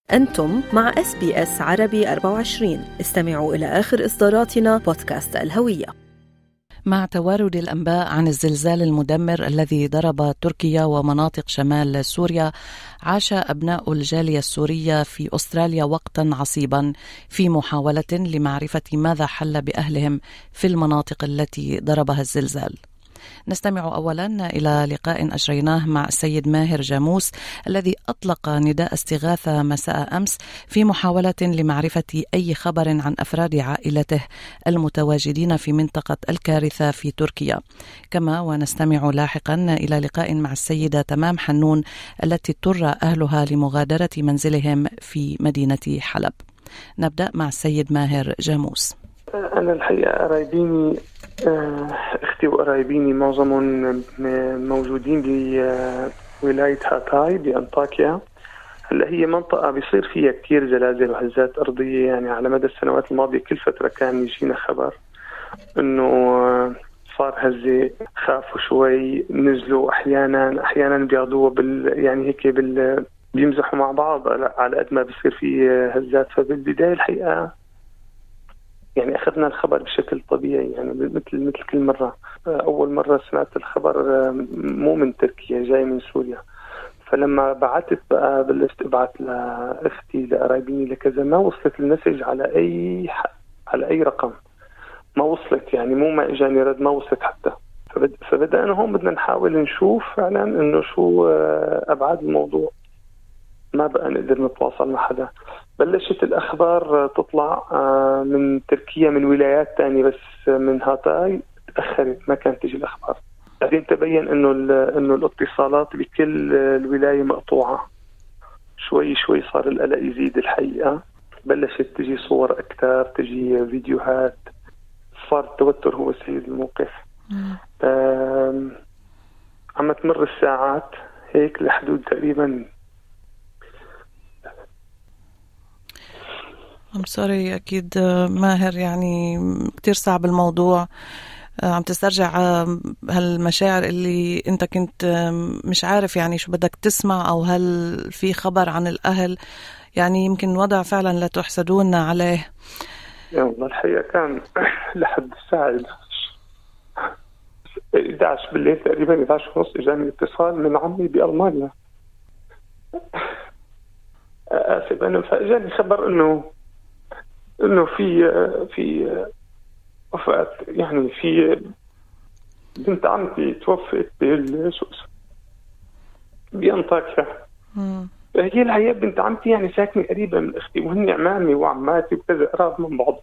أنتم مع SBS عربي 24. استمعوا إلى آخر إصداراتنا بودكاست الهوية. مع توارد الأنباء عن الزلزال المدمر الذي ضرب تركيا ومناطق شمال سوريا، عاش أبناء الجالية السورية في أستراليا وقتا عصيبا في محاولة لمعرفة ماذا حل بأهلهم في المناطق التي ضربها الزلزال. نستمع أولا إلى لقاء أجريناه مع السيد ماهر جاموس الذي أطلق نداء استغاثة مساء أمس في محاولة لمعرفة أي خبر عن أفراد عائلته المتواجدين في منطقة الكارثة في تركيا. كما ونستمع لاحقا إلى لقاء مع السيدة تمام حنون التي اضطر أهلها لمغادرة منزلهم في مدينة حلب. نبدأ مع السيد ماهر جاموس. أنا الحقيقة قرايبيني أختي وقرايبيني معظمهم موجودين بولاية هاتاي بأنطاكيا. هلا هي منطقة بيصير فيها كتير زلازل وهزات أرضية، يعني على مدى السنوات الماضية كل فترة كان يجينا خبر إنه صار هزة، خافوا شوي، نزلوا أحيانا بياخدوها يعني هيك بيمزحوا مع بعض على قد ما بيصير في هزات. فبالبداية الحقيقة يعني أخذنا الخبر بشكل طبيعي، يعني مثل كل مرة. أول مرة سمعت الخبر مو من تركيا، جاي من سوريا. فلما بعثت بقى بلشت أبعث لأختي لقرايبيني لكذا، ما وصلت المسج على أي رقم، ما وصلت، يعني مو ما إجاني رد، ما وصلت حتى. فبدأنا هون بدنا نحاول نشوف فعلا إنه شو أبعاد الموضوع. ما بقى نقدر نتواصل مع حدا. بلشت الأخبار تطلع من تركيا من ولايات تانية، بس من هاتاي تأخرت، ما كانت تجي الأخبار. بعدين تبين إنه الاتصالات بكل الولاية مقطوعة. شوي صار القلق يزيد الحقيقة. بلشت تجي صور أكثر، تجي فيديوهات، صار التوتر هو سيد الموقف. عم تمر الساعات هيك لحدود تقريبا سوري. أكيد ماهر، يعني كتير صعب الموضوع. عم تسترجع هالمشاعر اللي أنت كنت مش عارف يعني شو بدك تسمع، أو هل في خبر عن الأهل. يعني يمكن وضع فعلا لا تحسدون عليه. يا والله الحقيقة كان لحد الساعة 11 بالليل تقريبا، 11:30 إجاني اتصال من عمي بألمانيا. آسف أنا، فإجاني خبر إنه في وفاة، يعني في بنت عمتي توفت بأنطاكيا. هي الحقيقة بنت عمتي يعني ساكنة قريبة من أختي، وهن عمامي وعماتي وكذا قراب من بعض.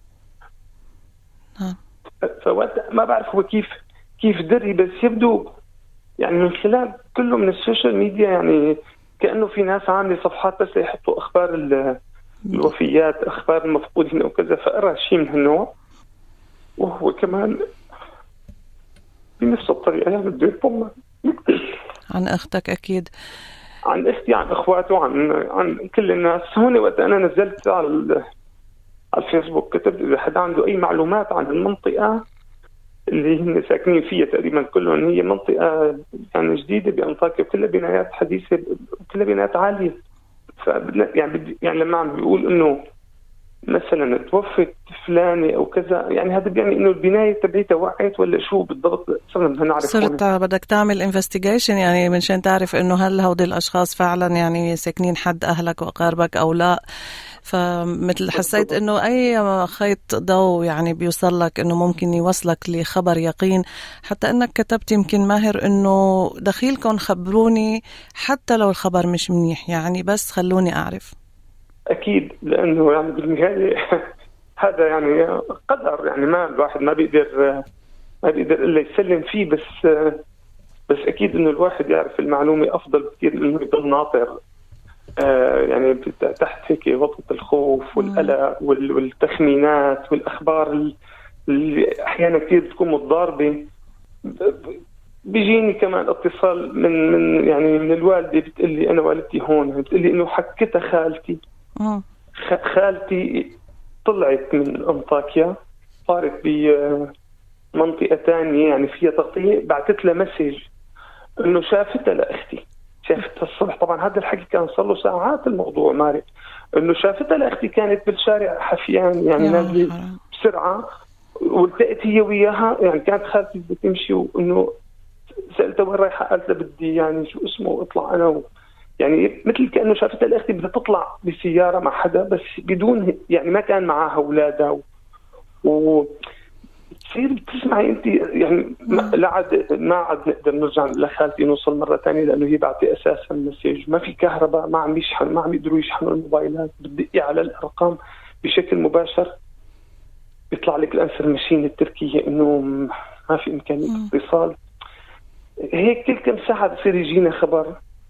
فوقت ما بعرف هو كيف دري، بس يبدو يعني من خلال كله من السوشيال ميديا، يعني كأنه في ناس عاملة صفحات بس يحطوا أخبار الوفيات، أخبار المفقودين أو كذا. فأرى شيء من هالنوع، وهو كمان بنفس الطريقة يعني بده يطمن عن أختك. أكيد عن أختي، عن أخواته، عن كل الناس. هون وقت أنا نزلت على الفيسبوك كتبت إذا حدا عنده أي معلومات عن المنطقة اللي هم ساكنين فيها تقريبا كلهم، هي منطقة يعني جديدة بأنطاكيا، كلها بنايات حديثة، كلها بنايات عالية. يعني لما عم بيقول إنه مثلا توفت فلانة أو كذا، يعني هذا يعني إنه البناية تبعيتها وقعت ولا شو بالضبط، صرنا نعرف. صرت بدك تعمل investigation يعني منشان تعرف إنه هل هودي الأشخاص فعلا يعني ساكنين حد أهلك وأقاربك أو لا. فمثل حسيت إنه أي خيط ضوء يعني بيوصل لك إنه ممكن يوصلك لخبر يقين. حتى إنك كتبت يمكن ماهر إنه دخيلكم خبروني حتى لو الخبر مش منيح، يعني بس خلوني أعرف. أكيد، لأنه يعني بالنهاية هذا يعني قدر، يعني ما الواحد ما بيقدر إلا يسلم فيه. بس أكيد إنه الواحد يعرف المعلومة أفضل بكثير إنه يضل ناطر. يعني تحت هيك وطأة الخوف والقلق والتخمينات والأخبار اللي أحيانا كثير بتكون متضاربة. بيجيني كمان اتصال من الوالدة بتقلي أنا والدتي هون، بتقلي إنه حكتها خالتي طلعت من أنطاكيا، صارت بمنطقة تانية يعني فيها تغطية. بعثت لها مسج إنه شافتها لأختي، شافتها الصبح. طبعا هذا الحكي كان صار له ساعات الموضوع مارق، إنه شافتها لأختي كانت بالشارع حفيان يعني نازلة بسرعة، والتقت هي وياها يعني كانت خالتي بدها تمشي، وإنه سألتها وين رايحة، قالت لها بدي يعني شو اسمه اطلع أنا يعني مثل كأنه شافتها لأختي بدها تطلع بسيارة مع حدا بس بدون يعني ما كان معاها أولادها تصير بتسمعي انت يعني ما عاد نقدر نرجع لخالتي نوصل مره ثانيه لانه هي بعطي اساسا مسج، ما في كهرباء، ما عم يشحن، ما عم يقدروا يشحنوا الموبايلات، بتدقي على الارقام بشكل مباشر بيطلع لك الانسر ماشين التركيه انه ما في امكانيه اتصال. هيك كل كم ساعه بصير يجينا خبر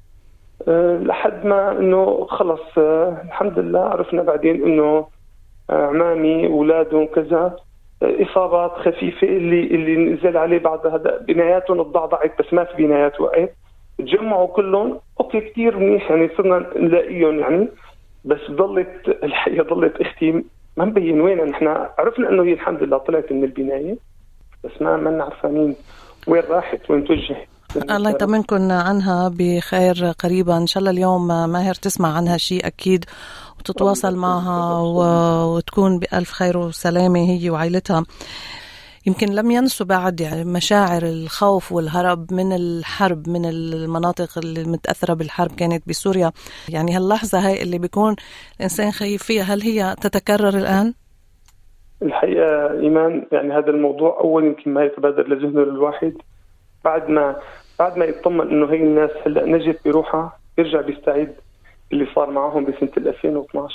لحد ما انه خلص الحمد لله عرفنا بعدين انه عمامي اولادهم كذا إصابات خفيفة اللي نزل عليه بعد هذا بناياتهم تضعضعت بس ما في بنايات وقت، تجمعوا كلهم أوكي كتير منيح يعني صرنا نلاقيهم يعني، بس ضلت الحقيقة ضلت أختي ما مبين وين. نحن عرفنا إنه هي الحمد لله طلعت من البناية بس ما نعرفانين وين راحت وين توجهت. الله يطمنكم عنها بخير قريبا إن شاء الله. اليوم ماهر تسمع عنها شيء أكيد وتتواصل معها وتكون بألف خير وسلامة هي وعائلتها. يمكن لم ينسوا بعد يعني مشاعر الخوف والهرب من الحرب من المناطق اللي متأثرة بالحرب كانت بسوريا. يعني هاللحظة هاي اللي بيكون الإنسان خايف فيها هل هي تتكرر الآن؟ الحقيقة إيمان يعني هذا الموضوع أول يمكن ما يتبادر لذهنه الواحد بعد ما يطمن إنه هي الناس هلأ نجت بروحها يرجع بيستعيد اللي صار معهم بسنة 2012.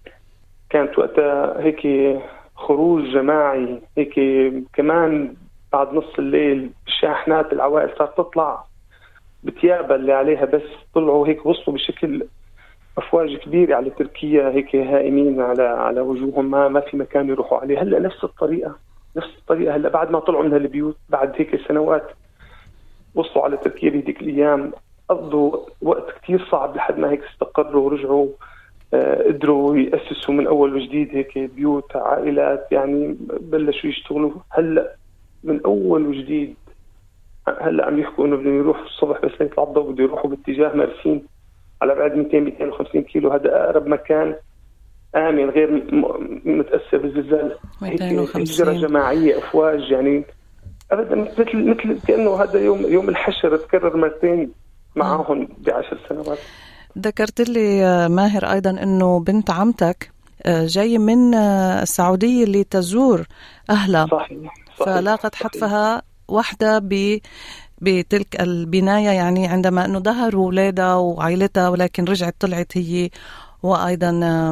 كانت وقتها هيك خروج جماعي هيك كمان بعد نص الليل الشاحنات العوائل صارت تطلع بتيابها اللي عليها بس طلعوا هيك وصلوا بشكل أفواج كبيرة على تركيا هيك هائمين على وجوههم ما في مكان يروحوا عليه. هلأ نفس الطريقة هلأ بعد ما طلعوا من هالبيوت بعد هيك سنوات وصلوا على تركيا بهديك الأيام قضوا وقت كتير صعب لحد ما هيك استقروا ورجعوا قدروا يأسسوا من أول وجديد هيك بيوت عائلات يعني بلشوا يشتغلوا. هلأ من أول وجديد هلأ عم يحكوا إنه بدهم يروحوا الصبح بس يتعضوا بده يروحوا باتجاه مرسين على بعد 200-250 كيلو. هذا أقرب مكان آمن غير متأثر بالزلزال. 250 هجرة جماعية أفواج يعني أبدا مثل كأنه هذا يوم الحشر تكرر مرتين معاهم ب10 سنوات. ذكرت لي ماهر أيضا أنه بنت عمتك جاي من السعودية اللي تزور أهلها. صحيح. فلاقت حتفها واحدة بتلك البناية يعني عندما أنه ظهروا أولادها وعائلتها ولكن رجعت طلعت هي وأيضا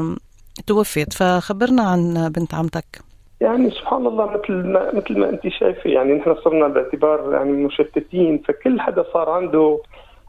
توفيت. فخبرنا عن بنت عمتك. يعني سبحان الله مثل ما أنت شايفة يعني نحن صرنا باعتبار يعني مشتتين فكل حدا صار عنده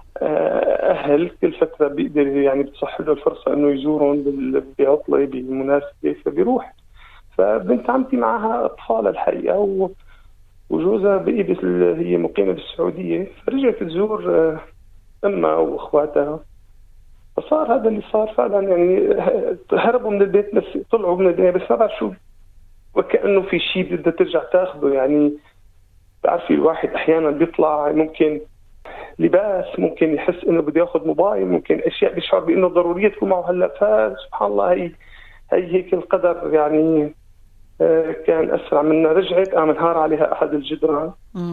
أهل كل فترة بيقدر يعني بتصح له الفرصة إنه يزورهم بعطلة بمناسبة فبيروح. فبنت عمتي معها أطفال الحقيقة وجوزها بقي هي مقيمة بالسعودية فرجعت تزور أمها وأخواتها. فصار هذا اللي صار فعلا يعني هربوا من البيت بس طلعوا من البيت بس ما بعرف شو وكأنه في شيء بدها ترجع تاخده. يعني تعرفي الواحد أحيانا بيطلع ممكن لباس ممكن يحس إنه بده ياخذ موبايل ممكن أشياء بيشعر بإنه ضرورية تكون معه هلا. فسبحان الله هي هيك القدر يعني كان أسرع منا. رجعت انهار عليها أحد الجدران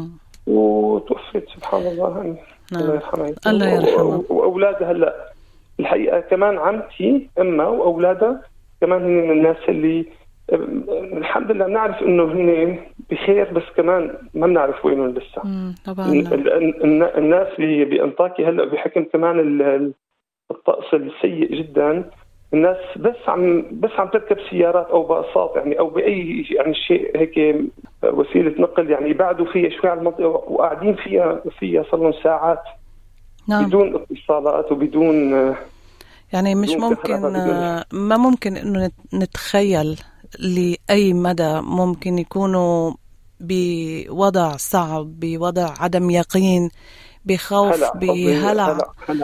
وتوفت سبحان الله يعني. الله يرحمها. الله يرحمها. وأولادها هلا الحقيقة كمان عمتي أمها وأولادها كمان هن من الناس اللي الحمد لله بنعرف إنه هن بخير بس كمان ما بنعرف وينهم لسه. طبعا الناس بأنطاكيا هلا بحكم كمان الطقس السيء جدا الناس بس عم تركب سيارات أو باصات يعني أو بأي يعني شيء هيك وسيلة نقل يعني يبعدوا فيها شوي على المنطقة وقاعدين فيها صار لهم ساعات. نعم. بدون اتصالات وبدون يعني مش ممكن ما ممكن إنه نتخيل لأي مدى ممكن يكونوا بوضع صعب بوضع عدم يقين بخوف بهلع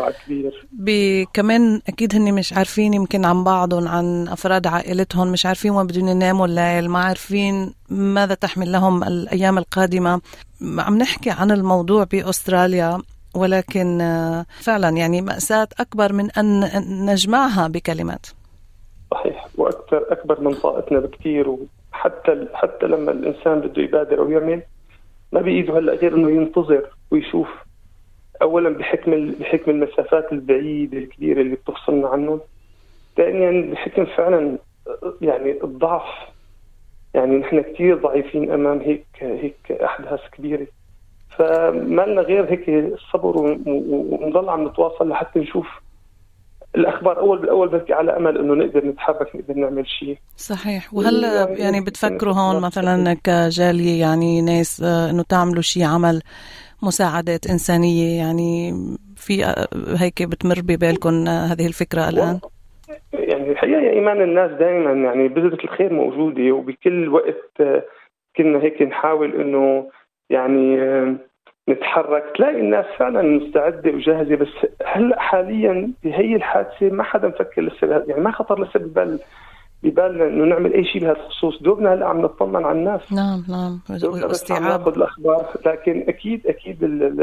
كبير كمان أكيد هني مش عارفين يمكن عن بعضهم عن أفراد عائلتهم مش عارفين وين بدهم يناموا الليل ما عارفين ماذا تحمل لهم الأيام القادمة. عم نحكي عن الموضوع بأستراليا ولكن فعلا يعني مأساة أكبر من أن نجمعها بكلمات. صحيح، وأكثر أكبر من طاقتنا بكثير. وحتى لما الإنسان بده يبادر أو يعمل ما بإيده هلا غير إنه ينتظر ويشوف. أولا بحكم المسافات البعيدة الكبيرة اللي بتفصلنا عنهم، ثانيا بحكم فعلا يعني الضعف. يعني نحن كثير ضعيفين أمام هيك أحداث كبيرة، فما لنا غير هيك الصبر ونضل عم نتواصل لحتى نشوف الأخبار أول بالأول، بس على أمل إنه نقدر نتحرك، نقدر نعمل شيء. صحيح. وهل يعني بتفكروا هون مثلا كجالية يعني ناس إنه تعملوا شيء عمل مساعدات إنسانية؟ يعني في هيك بتمر ببالكم هذه الفكرة الآن؟ يعني الحقيقة يا إيمان الناس دائما يعني بذرة الخير موجودة، وبكل وقت كنا هيك نحاول إنه يعني نتحرك تلاقي الناس فعلا مستعدة وجاهزة. بس هلأ حاليا بهي الحادثة ما حدا مفكر لسه، يعني ما خطر لسه ببالنا إنه نعمل أي شيء بهذا الخصوص. دوبنا هلأ عم نطمن على الناس. نعم عم ناخذ الأخبار، لكن أكيد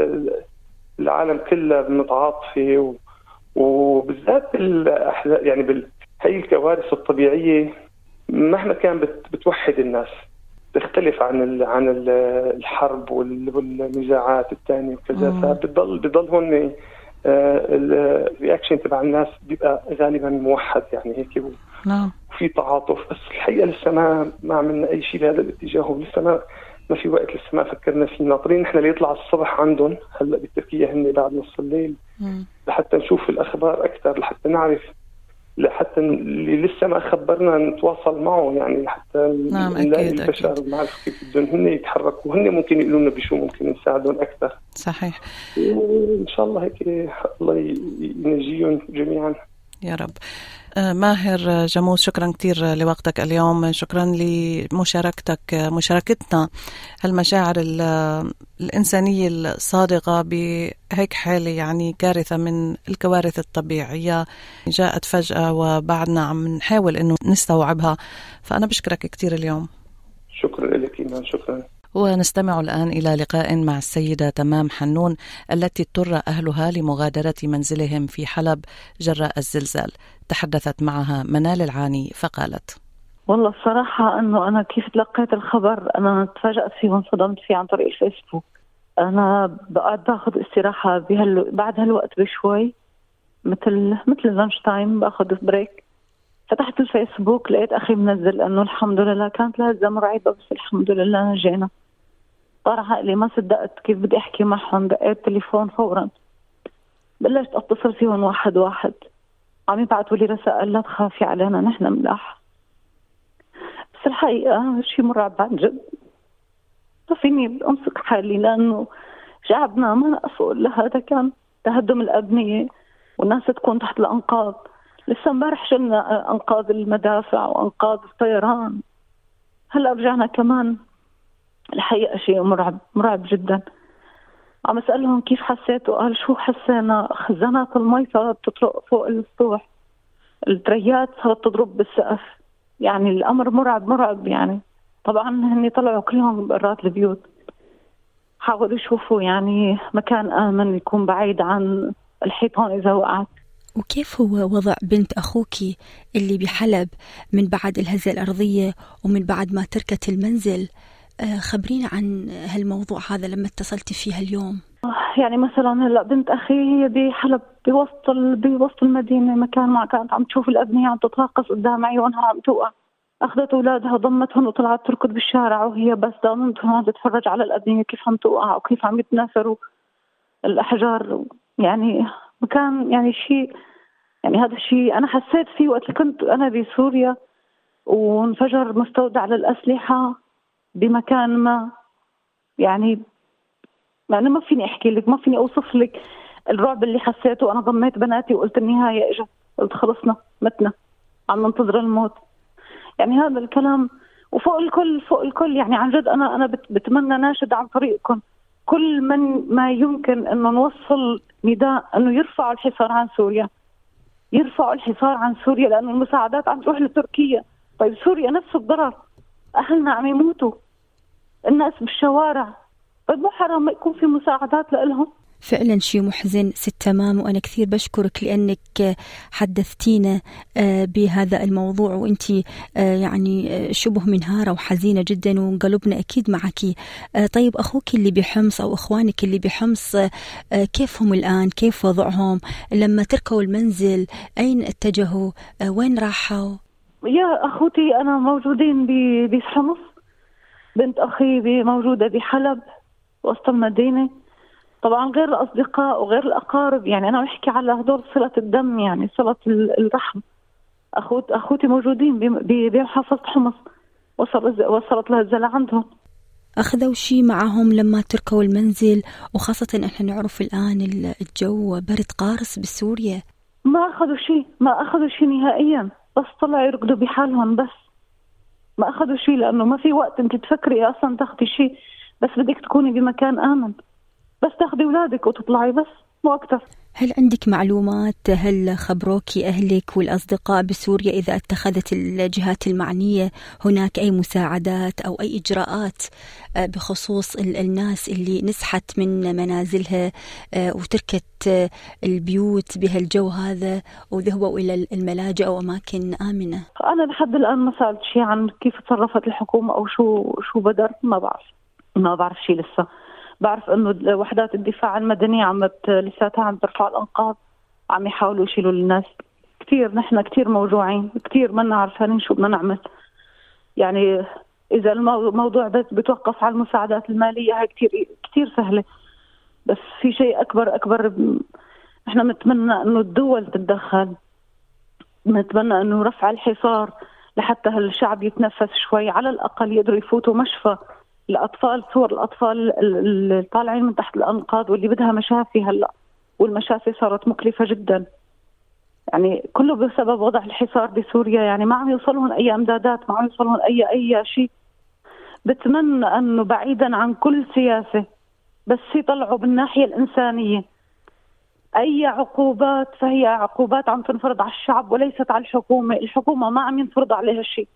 العالم كله متعاطفة، وبالذات يعني هي الكوارث الطبيعية مهما كان بتوحد الناس، تختلف عن الحرب والنزاعات الثانية وكذا. فبضل هون الرياكشن تبع الناس بيبقى غالبا موحد يعني هيك. نعم. وفي تعاطف، بس الحقيقة لسه ما عملنا أي شيء بهذا الاتجاه، ولسه ما في وقت، لسه ما فكرنا فيه. ناطرين نحن ليطلع الصبح عندهم هلا بتركيا هن بعد نص الليل لحتى نشوف الأخبار أكثر، لحتى نعرف، لحتى اللي لسه ما خبرنا نتواصل معه، يعني لحتى نلاقي البشر ونعرف كيف بدهم هن يتحركوا، وهن ممكن يقولوا لنا بشو ممكن نساعدهم أكثر. صحيح. إن شاء الله هيك الله ينجيهم جميعا يا رب. ماهر جاموس، شكرا كتير لوقتك اليوم، شكرا مشاركتنا هالمشاعر الإنسانية الصادقة بهيك حالة، يعني كارثة من الكوارث الطبيعية جاءت فجأة وبعدنا عم نحاول إنه نستوعبها. فأنا بشكرك كتير اليوم. شكرا لك إيمان، شكرا. ونستمع الآن إلى لقاء مع السيدة تمام حنون التي اضطر أهلها لمغادرة منزلهم في حلب جراء الزلزال. تحدثت معها منال العاني فقالت: والله الصراحة أنه أنا كيف تلقيت الخبر أنا تفاجأت فيه وانصدمت فيه عن طريق الفيسبوك. أنا بقعد باخذ استراحة بعد هالوقت بشوي، مثل اللانش تايم باخذ بريك. فتحت الفيسبوك لقيت أخي منزل أنه الحمد لله كانت لهزة مرعبة بس الحمد لله نجينا. طار عقلي، ما صدقت كيف بدي أحكي معهم، دقيت تليفون فورا، بلشت أتصل فيهم واحد واحد، عم يبعثوا لي رسائل لا تخافي علينا نحن ملاح. بس الحقيقة شيء مرعب عن جد، ما فيني أمسك حالي لأنه شعبنا ما نقصوا إلا هذا كان تهدم الأبنية والناس تكون تحت الأنقاض. لسه امبارح شلنا أنقاض المدافع وأنقاض الطيران، هلا رجعنا كمان. الحقيقة شيء مرعب جدا. عم أسألهم كيف حسيتوا، قال شو حسينا، خزانات المي صارت تطرق فوق السطوح، التريات صارت تضرب بالسقف، يعني الأمر مرعب يعني. طبعا هني طلعوا كلهم برات البيوت، حاولوا يشوفوا يعني مكان آمن يكون بعيد عن الحيطان إذا وقعت. وكيف هو وضع بنت أخوك اللي بحلب من بعد الهزة الأرضية ومن بعد ما تركت المنزل؟ خبرينا عن هالموضوع هذا لما اتصلت فيها اليوم. يعني مثلا هلا بنت أخي هي بحلب بوسط المدينة، مكان ما كانت عم تشوف الأبنية عم تتراقص قدام عيونها عم توقع، أخذت أولادها ضمتهم وطلعت تركض بالشارع وهي بس ضامنتهم عم تتفرج على الأبنية كيف عم توقع وكيف عم يتناثروا الأحجار. يعني مكان يعني شيء، يعني هذا الشيء أنا حسيت فيه وقت كنت أنا بسوريا وانفجر مستودع للأسلحة بمكان ما. يعني ما فيني أحكي لك، ما فيني أوصف لك الرعب اللي حسيته. أنا ضميت بناتي وقلت النهاية إجت، قلت خلصنا متنا عم ننتظر الموت. يعني هذا الكلام وفوق الكل يعني عن جد أنا بتمنى ناشد عن طريقكم كل من ما يمكن إنه نوصل نداء إنه يرفعوا الحصار عن سوريا، يرفعوا الحصار عن سوريا، لأن المساعدات عم تروح لتركيا. طيب سوريا نفس الضرر، أهلنا عم يموتوا، الناس بالشوارع. طيب مو حرام ما يكون في مساعدات لهم؟ فعلا شيء محزن ست تمام، وأنا كثير بشكرك لأنك حدثتينا بهذا الموضوع، وأنت يعني شبه منهارة وحزينة جدا، وقلبنا أكيد معك. طيب أخوك اللي بحمص أو أخوانك اللي بحمص كيفهم الآن؟ كيف وضعهم لما تركوا المنزل؟ أين اتجهوا؟ وين راحوا؟ يا أخوتي أنا موجودين بحمص، بنت أخي موجودة بحلب وسط المدينة. طبعا غير الأصدقاء وغير الأقارب، يعني أنا بحكي على هدول صلة الدم، يعني صلة الرحم. أخوتي موجودين بمحافظة حمص، وصلت لها الزلة عندهم. أخذوا شيء معهم لما تركوا المنزل؟ وخاصة إحنا نعرف الآن الجو برد قارس بسوريا. ما أخذوا شيء نهائيا، بس طلعوا يرقدوا بحالهم، بس ما أخذوا شيء، لأنه ما في وقت أنت تفكري أصلا تاخدي شيء، بس بدك تكوني بمكان آمن، بس تاخدي أولادك وتطلعي، بس مو أكتر. هل عندك معلومات؟ هل خبروكي أهلك والأصدقاء بسوريا إذا اتخذت الجهات المعنية هناك أي مساعدات أو أي إجراءات بخصوص الناس اللي نسحت من منازلها وتركت البيوت بهالجو هذا وذهبوا إلى الملاجئ أو أماكن آمنة؟ أنا لحد الآن ما سألت شيء عن كيف تصرفت الحكومة أو شو بدر، ما بعرف شيء لسه. بعرف انه وحدات الدفاع المدني لساتها عم ترفع الانقاض، عم يحاولوا يشيلوا الناس. نحن كتير موجوعين، كتير ما نعرف شو بدنا نعمل. يعني اذا الموضوع بس بتوقف على المساعدات المالية هاي كتير سهلة، بس في شيء اكبر. احنا نتمنى انه الدول تتدخل، نتمنى انه رفع الحصار لحتى هالشعب يتنفس شوي، على الاقل يقدروا يفوتوا مشفى الأطفال. صور الأطفال اللي طالعين من تحت الأنقاض واللي بدها مشافي هلأ، والمشافي صارت مكلفة جدا، يعني كله بسبب وضع الحصار بسوريا. يعني ما عم يوصلهم أي إمدادات، ما عم يوصلهم أي شيء. بتمنى أنه بعيدا عن كل سياسة بس يطلعوا بالناحية الإنسانية. أي عقوبات فهي عقوبات عم تنفرض على الشعب وليست على الحكومة ما عم ينفرض عليها شيء.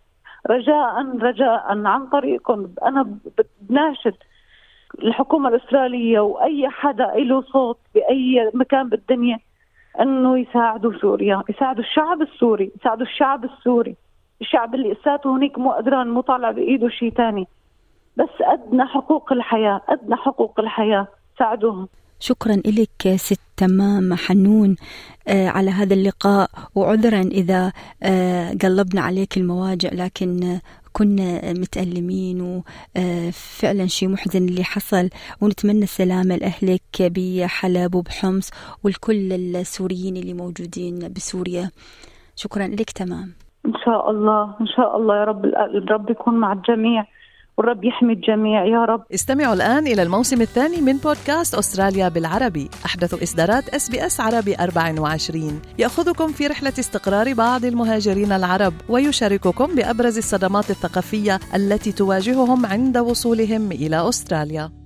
رجاء عن طريقكم أنا بناشد الحكومة الإسرائيلية وأي حدا له صوت بأي مكان بالدنيا أنه يساعدوا سوريا، يساعدوا الشعب السوري، يساعدوا الشعب اللي إساته هنيك مو قدران، مو طالع بإيده شيء تاني، بس أدنى حقوق الحياة ساعدوهم. شكرا لك ست تمام حنون على هذا اللقاء، وعذرا إذا قلبنا عليك المواجع، لكن كنا متألمين وفعلا شيء محزن اللي حصل، ونتمنى السلامة لأهلك بحلب وبحمص والكل السوريين اللي موجودين بسوريا. شكرا لك تمام. إن شاء الله يا رب، الرب يكون مع الجميع والرب يحمي الجميع يا رب. استمعوا الآن إلى الموسم الثاني من بودكاست أستراليا بالعربي، أحدث إصدارات SBS عربي 24 يأخذكم في رحلة استقرار بعض المهاجرين العرب ويشارككم بأبرز الصدمات الثقافية التي تواجههم عند وصولهم إلى أستراليا.